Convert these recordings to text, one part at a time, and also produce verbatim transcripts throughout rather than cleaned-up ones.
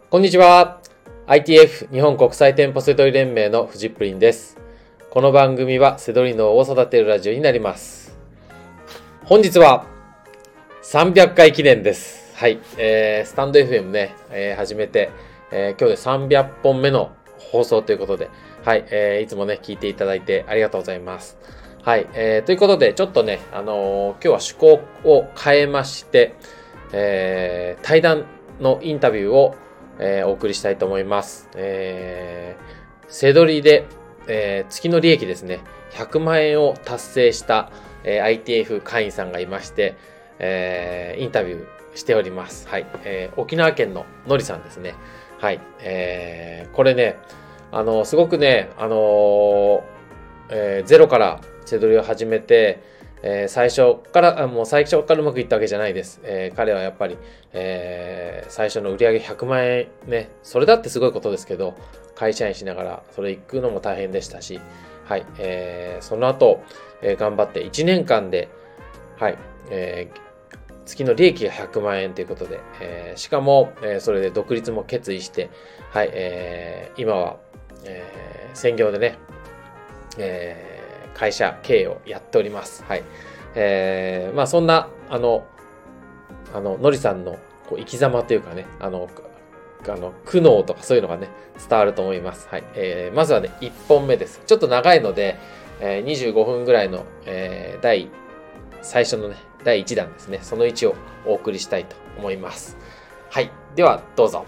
こんにちは。アイティーエフ 日本国際店舗セドリ連盟のフジップリンです。この番組はセドリ脳を育てるラジオになります。本日はさんびゃっかい記念です。はい、えー、スタンド エフエム ね、えー、始めて、えー、今日でさんびゃっぽんめの放送ということで、はい、えー、いつもね聞いていただいてありがとうございます。はい、えー、ということでちょっとね、あのー、今日は趣向を変えまして、えー、対談のインタビューをえー、お送りしたいと思います。えー、セドリで、えー、月の利益ですね、ひゃくまんえんを達成した、えー、アイティーエフ 会員さんがいまして、えー、インタビューしております。はい、えー、沖縄県ののりさんですね。はい、えー、これね、あのすごくね、あのーえー、ゼロからセドリを始めて、えー、最初からもう最初からうまくいったわけじゃないです。えー、彼はやっぱり、えー、最初の売上ひゃくまんえんね、それだってすごいことですけど、会社員しながらそれ行くのも大変でしたし、はい、えー、その後、えー、頑張っていちねんかんで、はい、えー、月の利益がひゃくまんえんということで、えー、しかも、えー、それで独立も決意して、はい、えー、今は、えー、専業でね、えー会社経営をやっております。はい。えー、まあそんな、あの、あの、のりさんのこう生き様というかね、あの、あの苦悩とかそういうのがね、伝わると思います。はい。えー、まずはね、いっぽんめです。ちょっと長いので、えー、にじゅうごふんぐらいの、えー、第、最初のね、だいいちだんですね。そのいちをお送りしたいと思います。はい。では、どうぞ。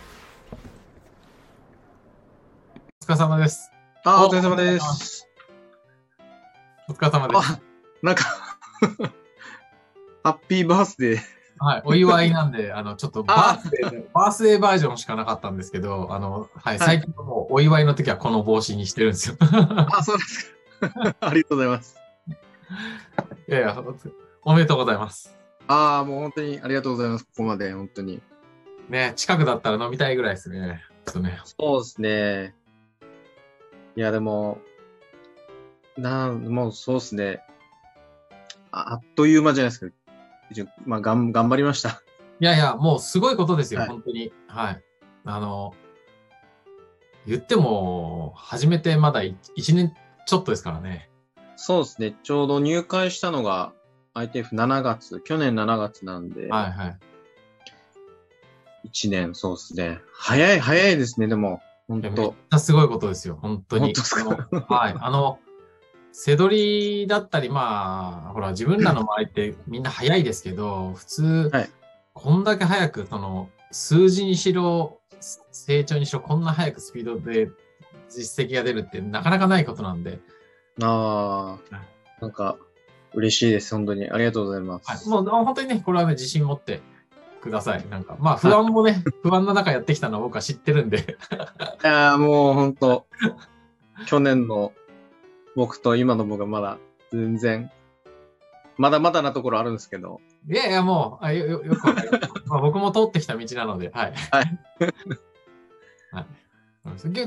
お疲れ様です。 あ、お疲れ様です。 お疲れ様です。 あ、なんかハッピーバースデー。 はい、お祝いなんで、あの、ちょっとバースデー、バースデーバージョンしかなかったんですけど、あの、はい、最近もうお祝いの時はこの帽子にしてるんですよ。 あ、そうですか。ありがとうございます。 いやいや、おめでとうございます。 ああ、もう本当にありがとうございます。ここまで、本当に。 ね、近くだったら飲みたいぐらいですね。そうね。 そうですね。いや、でも、なん、もうそうですね。あ, あっという間じゃないですか。まあ、がん頑張りました。 いやいや、もうすごいことですよ、 はい、 本当に。はい。あの、言っても、始めてまだいちねんちょっとですからね。 そうですね。ちょうど入会したのが アイティーエフしちがつ、去年しちがつなんで。 はいはい。 いちねん、そうですね。早い、早いですね、でも。本当。めっちゃすごいことですよ、本当に。 本当ですか。 はい。あの、セドリだったり、まあ、ほら、自分らの周りってみんな早いですけど、普通、はい、こんだけ早く、その、数字にしろ、成長にしろ、こんな早くスピードで実績が出るってなかなかないことなんで。 ああ、なんか、嬉しいです、本当に。ありがとうございます。 はい、もう、本当にね、これはね、自信持ってください。なんか、まあ、不安もね、不安な中やってきたのは僕は知ってるんで。 いやもう本当、去年の僕と今の僕はまだ全然、まだまだなところあるんですけど。 いやいや、もう、あよ、よ、よくわかります。まあ、僕も通ってきた道なので、はい。 はい。 はい、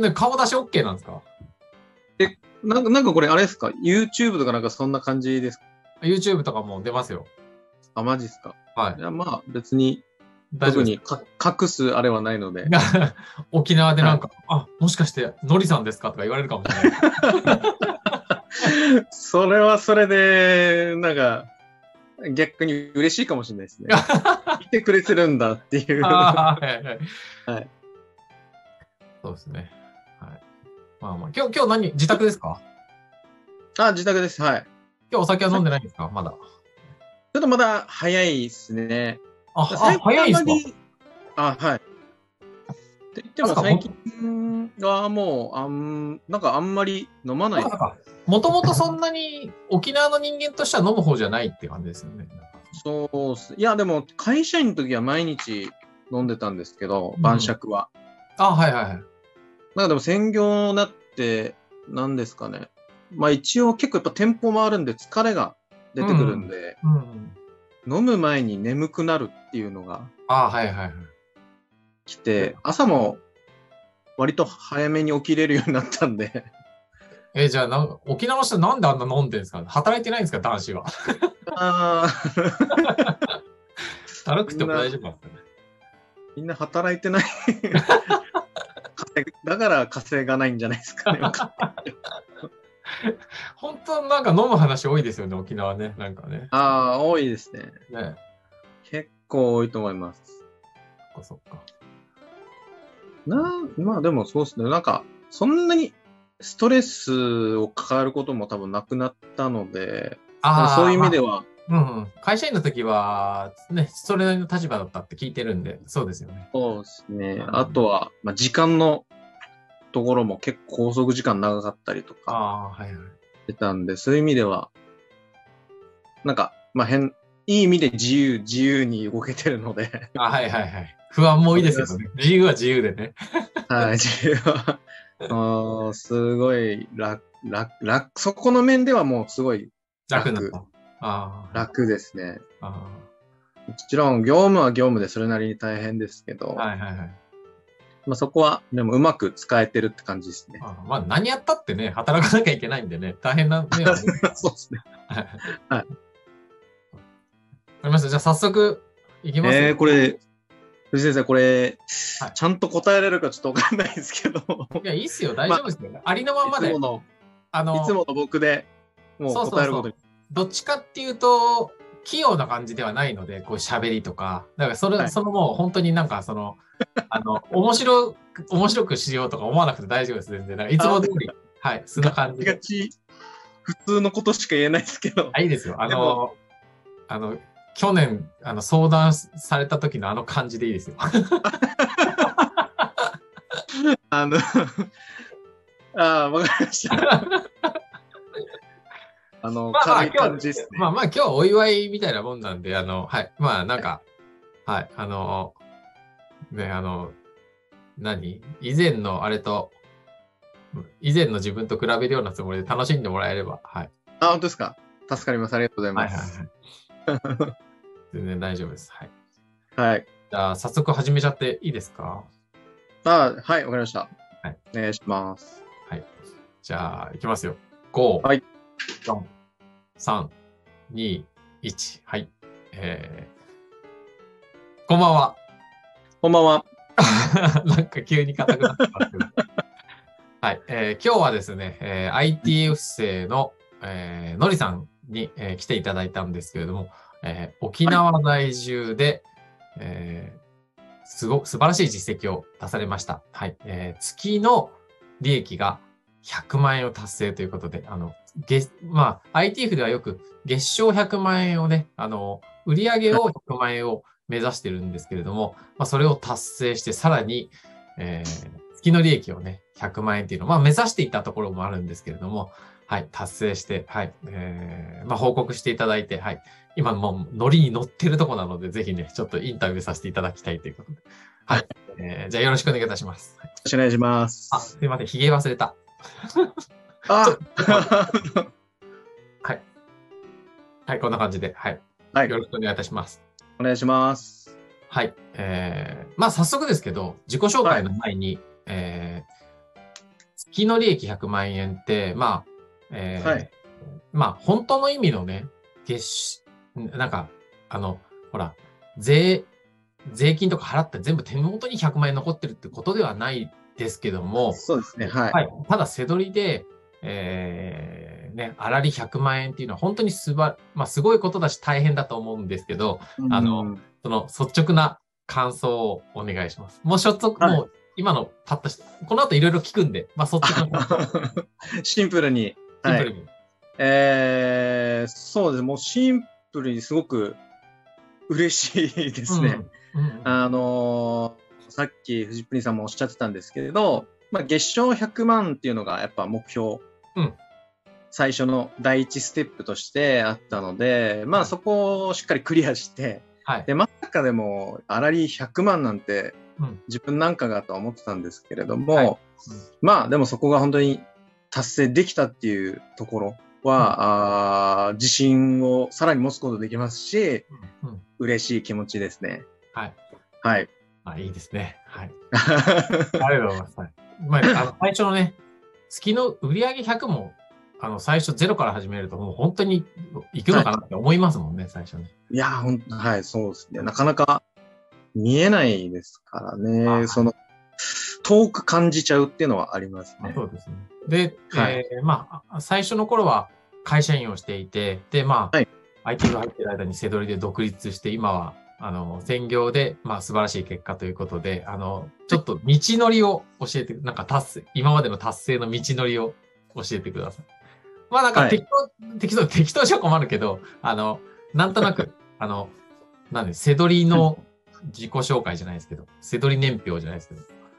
顔出し OK なんですか？ え、なんか、なんかこれあれですか？ YouTube とかなんかそんな感じですか？ YouTube とかも出ますよ。 あ、マジですか？ はい。 いや、まあ別に、特にか隠すあれはないので。 沖縄でなんか、はい、あ、もしかしてのりさんですかとか言われるかもしれない。 それはそれで、なんか、逆に嬉しいかもしれないですね。見てくれてるんだっていう。 はいはい。 はい。 そうですね。はい。まあまあ、今日、今日何、自宅ですか？ あ、自宅です。はい。 今日お酒は飲んでないんですか？まだ。ちょっとまだ早いですね。 あ、あ早いですか？ あ、はい。って言っても最近はもう、あん、なんかあんまり飲まない。 もともとそんなに沖縄の人間としては飲む方じゃないって感じですよね。 そうっす。いや、でも会社員の時は毎日飲んでたんですけど、晩酌は。 うん、あ、はいはいはい。 なんかでも専業になって、何ですかね。まあ一応結構やっぱ店舗もあるんで疲れが出てくるんで、うんうんうん、飲む前に眠くなるっていうのが。 あ、はいはいはい。 来て、朝も割と早めに起きれるようになったんで。 え、じゃあな、沖縄の人なんであんな飲んでるんですか？働いてないんですか、男子は。ああ。だるくても大丈夫なんですかね。 みんな働いてないだから稼がないんじゃないですかね。 本当なんか飲む話多いですよね、沖縄ね。なんかね。 ああ、多いですね。 ね。 結構多いと思います。 そっかそっか。 な、まあでもそうですね。なんか、そんなにストレスを抱えることも多分なくなったので、あそういう意味では、 まあ、うんうん。会社員の時は、ね、それなりの立場だったって聞いてるんで、そうですよね。 そうですね。うん、あとは、まあ、時間のところも結構拘束時間長かったりとか、 あはいはい。 してたんで、そういう意味では、なんか、まあ変、いい意味で自由、自由に動けてるので。 あはいはいはい。不安もいいですけどね。自由は自由でね。 はい、自由は。あすごい楽、楽、楽、そこの面ではもうすごい楽。 楽なあ楽ですね。 あもちろん業務は業務でそれなりに大変ですけど、 はいはいはい。 まあそこはでもうまく使えてるって感じですね。 あまあ何やったってね、働かなきゃいけないんでね、大変な面は、ね、 そうですね。はい。わかりました。じゃあ早速いきますよ。 えー、これ、藤先生、これ、はい、ちゃんと答えられるかちょっとわかんないですけど。 いや、いいっすよ。大丈夫ですよ。まあ、ありのままで。 いつもの、あの、いつもの僕でもう答えることに。 そうそうそうどっちかっていうと、器用な感じではないので、こう喋りとか。だからそれ、はい、そのもう本当になんかその、あの、面白く、面白くしようとか思わなくて大丈夫です。全然。だからいつも通り。はい。そんな感じ。 ガチ普通のことしか言えないですけど。 あ、いいですよ。あの、あの、去年、あの、相談された時のあの感じでいいですよ。 あの、ああ、わかりました。あの、まあまあ、軽い感じですね。 まあまあ、今日はお祝いみたいなもんなんで、あの、はい。まあ、なんか、はい、あの、ね、あの、何以前のあれと、以前の自分と比べるようなつもりで楽しんでもらえれば、はい。 あ、本当ですか。助かります。ありがとうございます。 はいはいはい。全然大丈夫です。はい。 はい。 じゃあ、早速始めちゃっていいですか？ あはい、わかりました。 はい。 お願いします。 はい。じゃあ、いきますよ。ご、 はい、 よん、さん、に、いち。はい。えー、こんばんは。 こんばんは。 なんか急に硬くなってますけど。はい、えー。今日はですね、えー、アイティーエフ 生の、えー、のりさんに、えー、来ていただいたんですけれども、えー、沖縄在住で、はい、えー、すご、素晴らしい実績を出されました。はい。えー、月の利益がひゃくまん円を達成ということで、あの、月、まあ、アイティーエフ ではよく月賞ひゃくまん円をね、あの、売上をひゃくまん円を目指してるんですけれども、まあ、それを達成して、さらに、えー、月の利益をね、ひゃくまん円っていうのを、まあ、目指していたところもあるんですけれども、はい、達成して、はい、えー、まあ、報告していただいて、はい、今もうノリに乗ってるとこなので、ぜひね、ちょっとインタビューさせていただきたいということで。はい。えー、じゃあよろしくお願いいたします。 よろしくお願いします。 あ、すいません、髭忘れた。 あはい。はい、こんな感じで、はい。 はい。 よろしくお願いいたします。 お願いします。 はい。えー、まあ早速ですけど、自己紹介の前に、はい、えー、月の利益ひゃくまん円って、まあ、えー、はい、まあ本当の意味のね、月、なんか、あの、ほら、税、税金とか払って全部手元にひゃくまん円残ってるってことではないですけども、 そうですね。はい。 はい、ただ、背取りで、えー、ね、粗利ひゃくまん円っていうのは本当にすば、まあ、すごいことだし大変だと思うんですけど、あの、その率直な感想をお願いします。もう率直、はい、もう今のパッとして、この後いろいろ聞くんで、まあ、率直な感想。 シンプルに。 シンプルに。はい、 えー、そうです。もうシンプルにすごく嬉しいですね。うんうんうん、あのー、さっき藤プリンさんもおっしゃってたんですけれど、まあ、月賞ひゃくまんっていうのがやっぱ目標、うん、最初の第一ステップとしてあったので、まあそこをしっかりクリアして、はい、でまさかでも粗利ひゃくまんなんて自分なんかがとは思ってたんですけれども、はいうん、まあでもそこが本当に達成できたっていうところは、うん、あ自信をさらに持つことできますし、うんうん、嬉しい気持ちですね。 はい。 はい。 あ、いいですね。はい。ありがとうございます。はいまあ、あの最初のね、月の売上ひゃくも、あの、最初ゼロから始めると、もう本当に行くのかなって思いますもんね、はい、最初ね。 いや、ほんと、はい、そうですね。なかなか見えないですからね。その、 遠く感じちゃうっていうのはありますね。 そうですね。で、 はい、 えー、まあ、最初の頃は会社員をしていて、で、まあ、 はい、 アイティー が入ってる間にセドリで独立して、今は、あの、専業で、まあ、素晴らしい結果ということで、あの、ちょっと道のりを教えて、なんか達成、今までの達成の道のりを教えてください。まあ、なんか適当、はい、適当、適当じゃ困るけど、あの、なんとなく、あの、なんで、セドリの自己紹介じゃないですけど、セドリ年表じゃないですけど。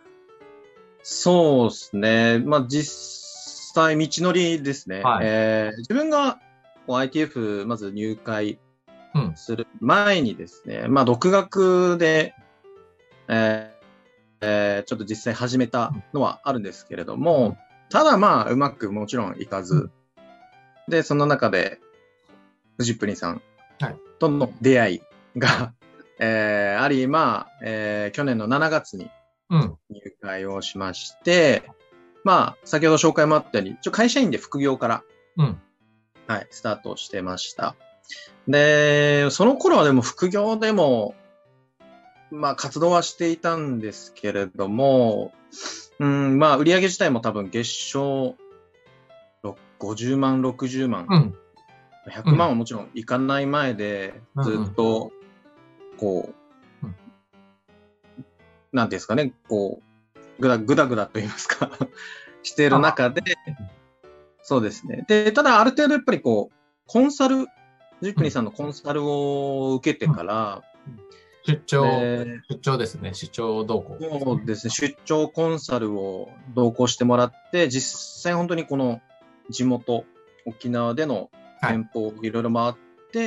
そうですね。まあ、実際、道のりですね。はい、えー、自分が アイティーエフ まず入会する前にですね、うん、まあ、独学で、えーえー、ちょっと実際始めたのはあるんですけれども、うん、ただまあ、うまくもちろんいかず、うん、で、その中で、フジップリンさんとの出会いが、はい、えー、あり、まあ、えー、去年のしちがつに入会をしまして、うん、まあ、先ほど紹介もあったように、ちょ会社員で副業から、うん、はい、スタートしてました。で、その頃はでも副業でも、まあ、活動はしていたんですけれども、うん、まあ、売上自体も多分月賞ごじゅうまん、ろくじゅうまん、うん、ひゃくまんはもちろんいかない前で、ずっと、こう、うん、なんていうんですかね、こう、ぐだぐだぐだと言いますか、している中で、そうですね。で、ただある程度やっぱりこう、コンサル、フジップリンさんのコンサルを受けてから、 うんうん、出張、出張ですね。出張同行、 ね。そうですね。出張コンサルを同行してもらって、実際本当にこの地元、沖縄での店舗をいろいろ回って、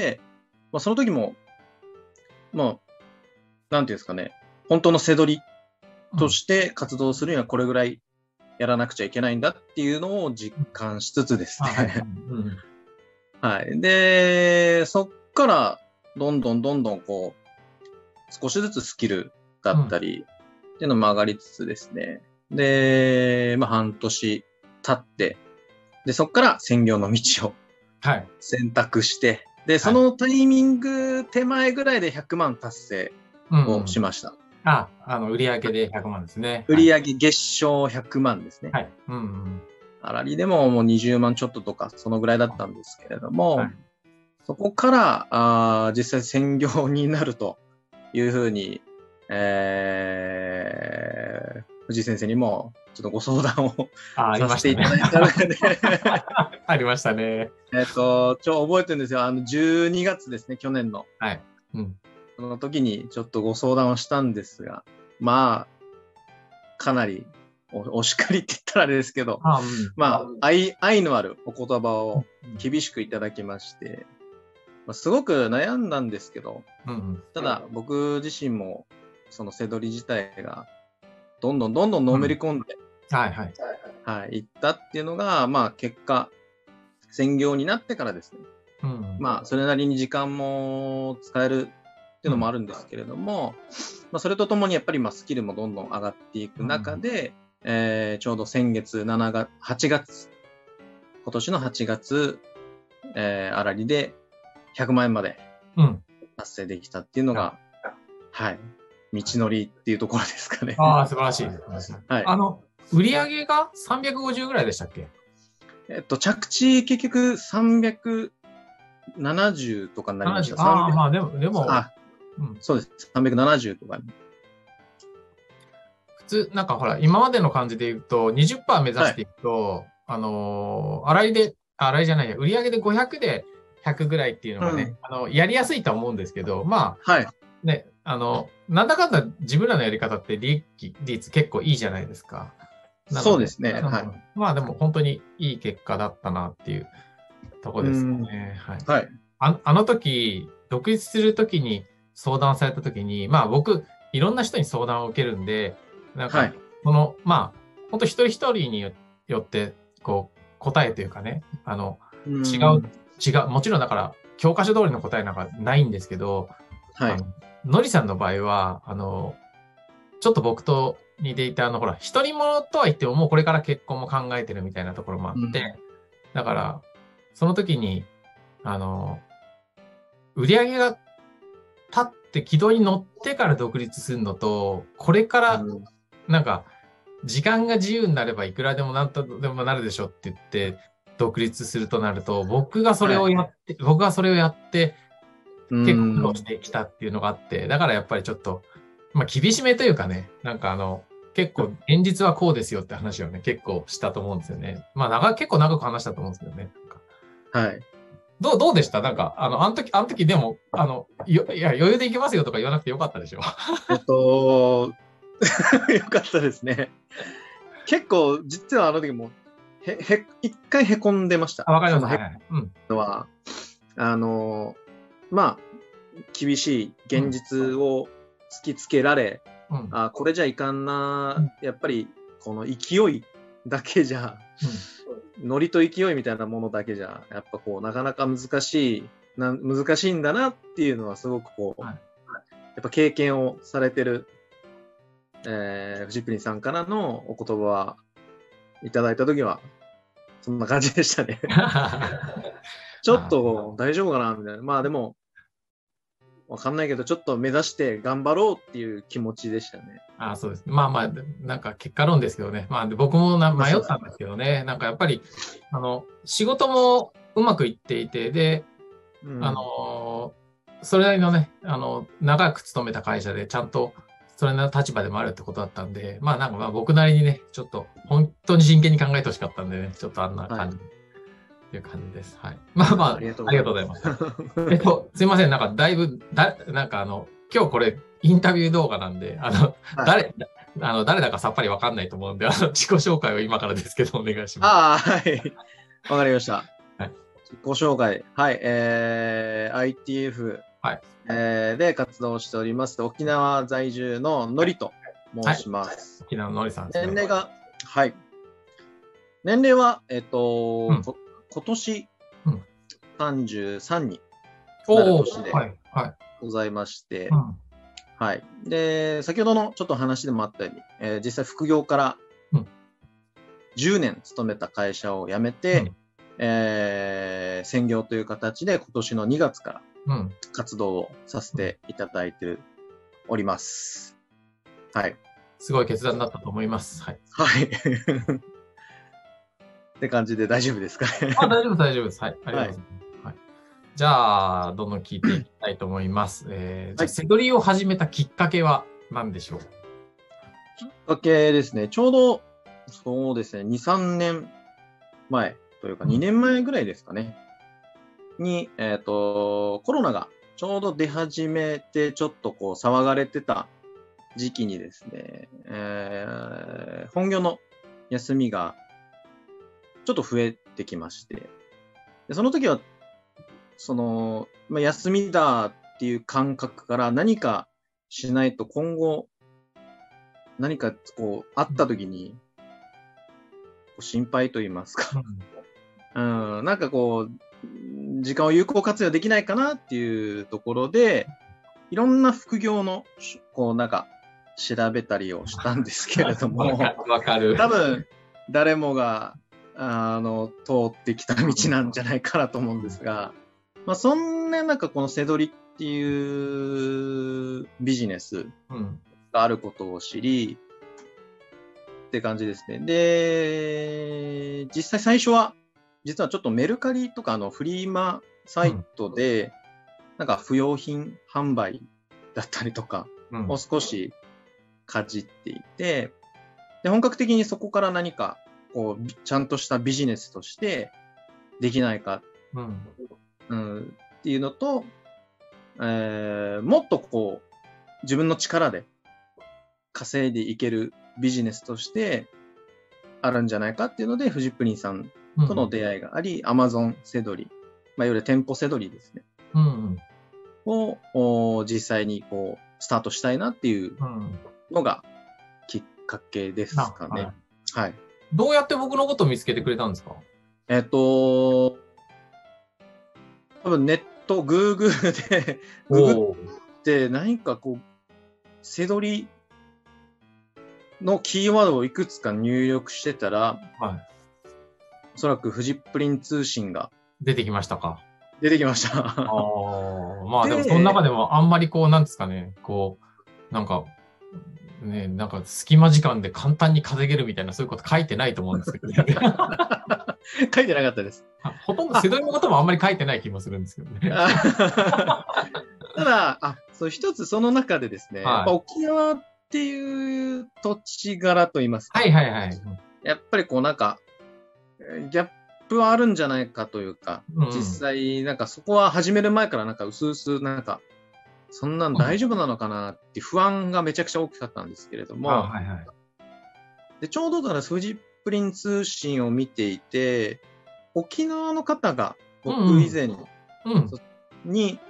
はい、まあ、その時も、まあ、なんていうんですかね、本当の背取りとして活動するにはこれぐらいやらなくちゃいけないんだっていうのを実感しつつですね。はい、うんはい。で、そっからどんどんどんどんこう、少しずつスキルだったりっていうのも上がりつつですね。で、まあ半年経って、で、そっから専業の道を選択して、はい、で、そのタイミング手前ぐらいでひゃくまん達成をしました。うんうん、 あ、あの、売上でひゃくまんですね。 売上月賞ひゃくまんですね。 はい。うんうん、 粗利でももうにじゅうまんちょっととか、そのぐらいだったんですけれども、はい、そこから、あ実際専業になるというふうに、えー、藤井先生にもちょっとご相談をさせていただいたので、 ありましたね。 えっと、ちょ、覚えてるんですよ。あの、じゅうにがつですね、去年の。 はい。うん。 その時にちょっとご相談をしたんですが、まあ、かなりお, お叱りって言ったらあれですけど、あ、うん、まあ愛、愛のあるお言葉を厳しくいただきまして、まあ、すごく悩んだんですけど、うんうん、ただ僕自身もその背取り自体がどんどんどんどんのめり込んで、 うん、はいはい。 はい、いったっていうのが、まあ結果、専業になってからですね、うんうん、まあそれなりに時間も使えるっていうのもあるんですけれども、うんまあ、それとともにやっぱりまあスキルもどんどん上がっていく中で、うんえー、ちょうど先月しちがつ、はちがつ、今年のはちがつ、えー、粗利でひゃくまんえんまで達成できたっていうのが、うん、はい、道のりっていうところですかね。 ああ、素晴らしいですね。はい。あの、売上がさんびゃくごじゅうぐらいでしたっけ？ えっと、着地結局さんびゃくななじゅうとかになりました。 ああ、まあでも、でも、 あうん、そうです。さんびゃくななじゅうとかに。 普通、なんかほら、今までの感じで言うと、にじゅっパーセント 目指していくと、はい、あのー、洗いで、洗いじゃないや、売上でごひゃくでひゃくぐらいっていうのがね、うん、あの、やりやすいとは思うんですけど、まあ、はい、ね、あの、なんだかんだ自分らのやり方って利益率結構いいじゃないですか。 そうですね。はい。 まあでも本当にいい結果だったなっていうとこですね。はい。 はい。 あ、あの時、独立するときに相談されたときに、まあ僕、いろんな人に相談を受けるんで、なんか、この、はい、まあ、本当一人一人によって、こう、答えというかね、あの、違う、違う、もちろんだから、教科書通りの答えなんかないんですけど、はい。のりさんの場合は、あの、ちょっと僕と似ていて、あの、ほら、一人者とは言っても、もうこれから結婚も考えてるみたいなところもあって、うん、だから、その時に、あの、売り上げが立って軌道に乗ってから独立するのと、これからなんか、時間が自由になればいくらでもなんとでもなるでしょって言って、独立するとなると、僕がそれをやって、はい、僕がそれをやって、結構苦労してきたっていうのがあって、だからやっぱりちょっと、まあ厳しめというかね、なんかあの、結構現実はこうですよって話をね、結構したと思うんですよね。まあ長、結構長く話したと思うんですけどね。 はい。 どう、どうでしたなんか、あの、あの時、あの時でも、あの、よいや、余裕でいけますよとか言わなくてよかったでしょ。 えっと、よかったですね。結構、実はあの時も、へ、へ、一回へこんでました。 あ、わかります。はい、はい。うん。 のは、あの、まあ、厳しい現実を突きつけられ、うん、あ、これじゃいかんな、うん、やっぱり、この勢いだけじゃ、うん、ノリと勢いみたいなものだけじゃ、やっぱこう、なかなか難しい、な難しいんだなっていうのはすごくこう、はい、やっぱ経験をされてる、えー、フジプリンさんからのお言葉はいただいたときは、そんな感じでしたね。ちょっと大丈夫かなみたいな。まあでも、わかんないけど、ちょっと目指して頑張ろうっていう気持ちでしたね。 ああ、そうです。まあまあ、なんか結果論ですけどね。まあ僕もな迷ったんですけどね。なんかやっぱり、あの、仕事もうまくいっていて、で、うん、あの、それなりのね、あの、長く勤めた会社でちゃんと、それなりの立場でもあるってことだったんで、まあなんかまあ僕なりにね、ちょっと本当に真剣に考えてほしかったんでね、ちょっとあんな感じ。はいっていう感じです。はい。まあまあ、ありがとうございます。えっと、すいません。なんか、だいぶ、だ、なんかあの、今日これ、インタビュー動画なんで、あの、はい、誰、あの、誰だかさっぱりわかんないと思うんで、あの、自己紹介を今からですけど、お願いします。 ああ、はい。わかりました。はい。自己紹介。はい。えー、アイティーエフ、はい。えー、で活動しております。沖縄在住ののりと申します。 はい、沖縄のりさんですね。 年齢が、はい。年齢は、えっと、うん今年、さんじゅうさんになる年でございまして、うんはい。で、先ほどのちょっと話でもあったように、えー、実際副業からじゅうねん勤めた会社を辞めて、うんえー、専業という形で今年のにがつから活動をさせていただいております。はい。 すごい決断だったと思います。はい。 はい。って感じで大丈夫ですかね。 あ、大丈夫、大丈夫です。はい。ありがとうございます。はいはい、じゃあ、どんどん聞いていきたいと思います。えー、じゃあ、セドリを始めたきっかけは何でしょう？ きっかけですね。ちょうど、そうですね、に、さんねんまえというか、にねんまえぐらいですかね。うん、に、えっと、コロナがちょうど出始めて、ちょっとこう、騒がれてた時期にですね、えー、本業の休みが、ちょっと増えてきまして、でその時は、その、まあ、休みだっていう感覚から何かしないと今後、何かこう、あった時に、心配と言いますか、うん、なんかこう、時間を有効活用できないかなっていうところで、いろんな副業の、こう、なんか、調べたりをしたんですけれども、 わかる。 多分、誰もが、あの、通ってきた道なんじゃないかなと思うんですが、まあ、そんな中、このセドリっていうビジネスがあることを知り、うん、って感じですね。で、実際最初は、実はちょっとメルカリとかのフリーマサイトで、うん、なんか不用品販売だったりとかを少しかじっていて、で、本格的にそこから何か、こう、ちゃんとしたビジネスとしてできないか、うんうん、っていうのと、えー、もっとこう、自分の力で稼いでいけるビジネスとしてあるんじゃないかっていうので、フジプリンさんとの出会いがあり、アマゾンセドリ、まあ、いわゆる店舗セドリですね。うんうん、を実際にこう、スタートしたいなっていうのがきっかけですかね。はい。はい、 どうやって僕のことを見つけてくれたんですか？ えっと、多分ネット、グーグルで、ググって何かこう、セドリのキーワードをいくつか入力してたら、はい、おそらくフジプリン通信が出てきましたか？ 出てきました。 ああ、まあでもその中でもあんまりこう、なんですかね、こう、なんか、 ね、なんか隙間時間で簡単に稼げるみたいな、そういうこと書いてないと思うんですけど、ね、 書いてなかったです。 ほとんどセドリのこともあんまり書いてない気もするんですけどね。 ただ、あ、そう一つその中でですね、はい、やっぱ沖縄っていう土地柄といいますか。 はいはいはい。 やっぱりこうなんか、ギャップはあるんじゃないかというか、うん、実際なんかそこは始める前からなんか薄々なんか、そんなん大丈夫なのかなって不安がめちゃくちゃ大きかったんですけれども、 はいはい、 でちょうどだからフジプリン通信を見ていて、沖縄の方が僕以前に、うんうん、に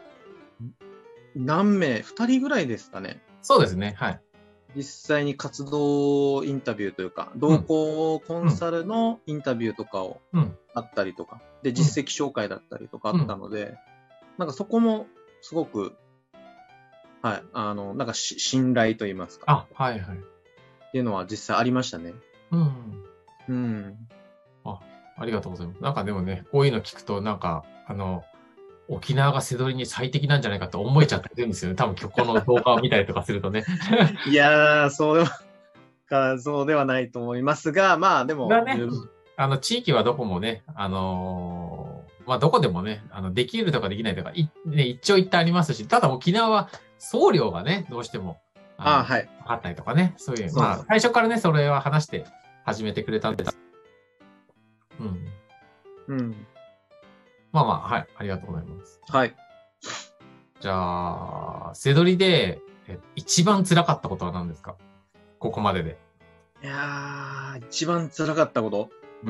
何名、ふたりぐらいですかね。 そうですね。はい。 実際に活動インタビューというか、同行コンサルのインタビューとかをあったりとか、で、実績紹介だったりとかあったので、なんかそこもすごく、はい、あの、なんか信頼と言いますか。 あ、はいはい。 っていうのは実際ありましたね。 うん。 うん。 あ、ありがとうございます。なんかでもね、こういうの聞くと、なんか、あの、沖縄がセドリに最適なんじゃないかと思えちゃってるんですよね。多分今日この動画を見たりとかするとね。 いやー、そうでは、そうではないと思いますが、まあでも。 ね、あの、地域はどこもね、あのー、まあどこでもね、あの、できるとかできないとか、いね、一長一短ありますし、ただ沖縄は送料がね、どうしても、 ああ、はい。 かかったりとかね、そういう、まあ最初からね、それは話して始めてくれたんです。うん。 うん。 まあまあ、はい。ありがとうございます。 はい。 じゃあ、セドリで一番辛かったことは何ですか？ここまでで。 いやー、一番辛かったこと。 うん。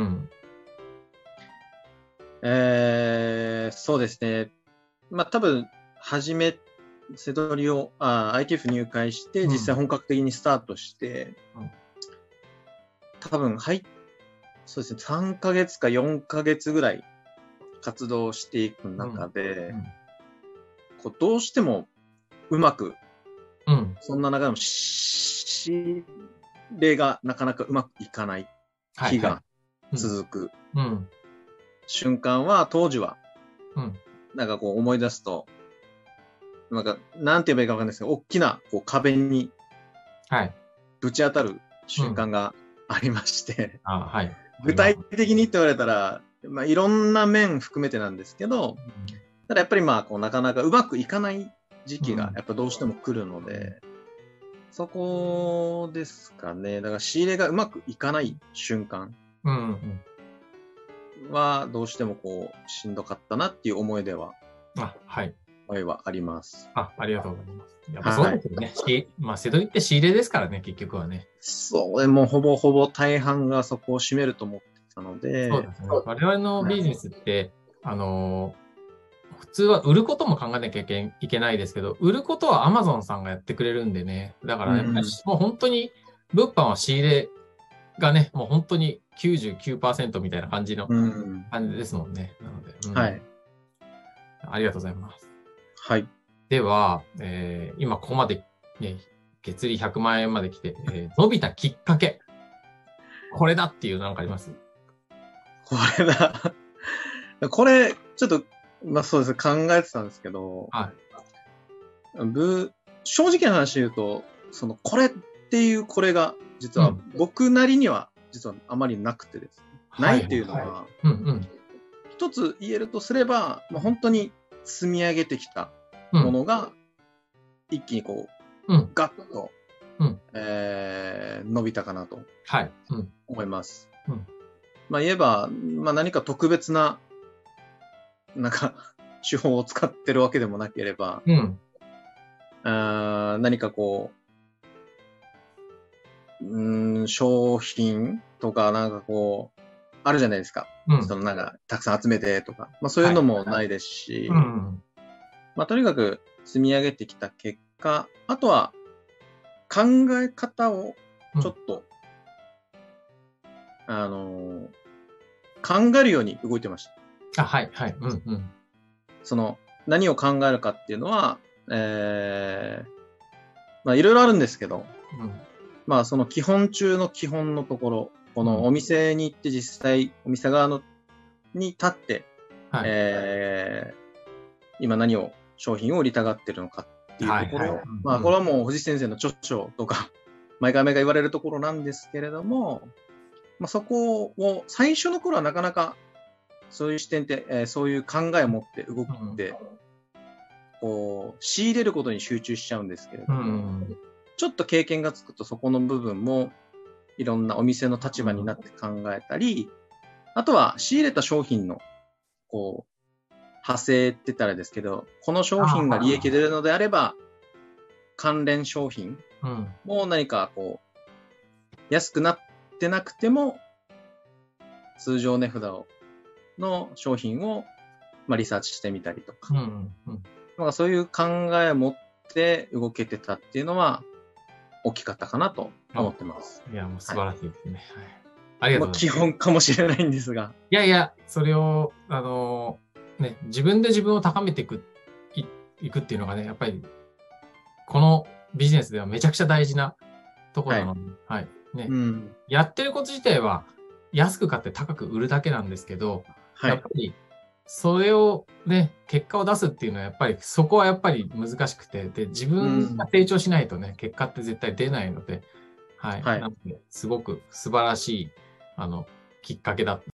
えー、そうですね。まあ多分、初め、セドリを、あ アイティーエフ 入会して、実際本格的にスタートして、うん、多分、はい、そうですね、さんかげつかよんかげつぐらい活動していく中で、うんうん、こうどうしてもうまく、 うん、 そんな中でも指令がなかなかうまくいかない日が続く瞬間は、当時は、うん、なんかこう思い出すと、なんか、なんて言えばいいかわかんないですけど、大きなこう壁にぶち当たる瞬間がありまして、 うん、あはい、 具体的にって言われたら、まあ、いろんな面含めてなんですけど、うん、ただやっぱりまあこうなかなかうまくいかない時期がやっぱどうしても来るので、うん、そこですかね。だから仕入れがうまくいかない瞬間はどうしてもこうしんどかったなっていう思い出は、 あ、はい。 思いはあります。 あ、ありがとうございます。やっぱそうですよね。はい、まあ、セドリって仕入れですからね、結局はね。 そう、もうほぼほぼ大半がそこを占めると思ってたので。 そうですね。我々のビジネスって、あの、普通は売ることも考えなきゃいけないですけど、売ることは Amazon さんがやってくれるんでね。だからやっぱり、うん、もう本当に物販は仕入れがね、もう本当に きゅうじゅうきゅうパーセント みたいな感じの感じですもんね。なので、うん、 はい。 ありがとうございます。 はい。 では、えー、今ここまで、ね、月利ひゃくまんえんまで来て、えー、伸びたきっかけ。これだっていう何かあります？ これだ。これ、ちょっと、まあそうです。考えてたんですけど、 はい。 ぶ正直な話言うと、その、これっていうこれが、実は僕なりには、実はあまりなくてですね。うん、ないっていうのは、はいはい、うんうん、一つ言えるとすれば、まあ、本当に積み上げてきたものが、一気にこう、うん、ガッと、うんえー、伸びたかなと思います。はいうん、まあ言えば、まあ何か特別な、なんか、手法を使ってるわけでもなければ、うん、あ何かこう、うん、商品とかなんかこう、あるじゃないですか。うん、そのなんか、たくさん集めてとか、まあそういうのもないですし、はいうんまあとにかく積み上げてきた結果、あとは考え方をちょっと、うん、あのー、考えるように動いてました。 あ、はい、はい。うんうん。 その、何を考えるかっていうのは、えー、まあいろいろあるんですけど、うん、まあその基本中の基本のところ、このお店に行って実際、お店側のに立って、はい、えー、今何を、商品を売りたがってるのかってっていうところ、まあこれはもう藤先生の著書とか毎回毎回言われるところなんですけれども、まあ、そこを最初の頃はなかなかそういう視点って、えー、そういう考えを持って動くって、うん、こう仕入れることに集中しちゃうんですけれども、うん、ちょっと経験がつくとそこの部分もいろんなお店の立場になって考えたり、あとは仕入れた商品のこう派生って言ったらですけど、この商品が利益出るのであれば関連商品も何かこう安くなってなくても通常値札の商品をまあリサーチしてみたりとか、うんうんうん、そういう考えを持って動けてたっていうのは大きかったかなと思ってます。 いや、もう素晴らしいですね。はい、 ありがとうございます。基本かもしれないんですが。 いやいや、それを、あのー、ね、自分で自分を高めていく、い、いくっていうのがね、やっぱり、このビジネスではめちゃくちゃ大事なところなので、はい。はい、ね、うん。やってること自体は安く買って高く売るだけなんですけど、はい、やっぱり、それをね、結果を出すっていうのはやっぱり、そこはやっぱり難しくて、で、自分が成長しないとね、うん、結果って絶対出ないので、はい。はい、なので、すごく素晴らしい、あの、きっかけだ、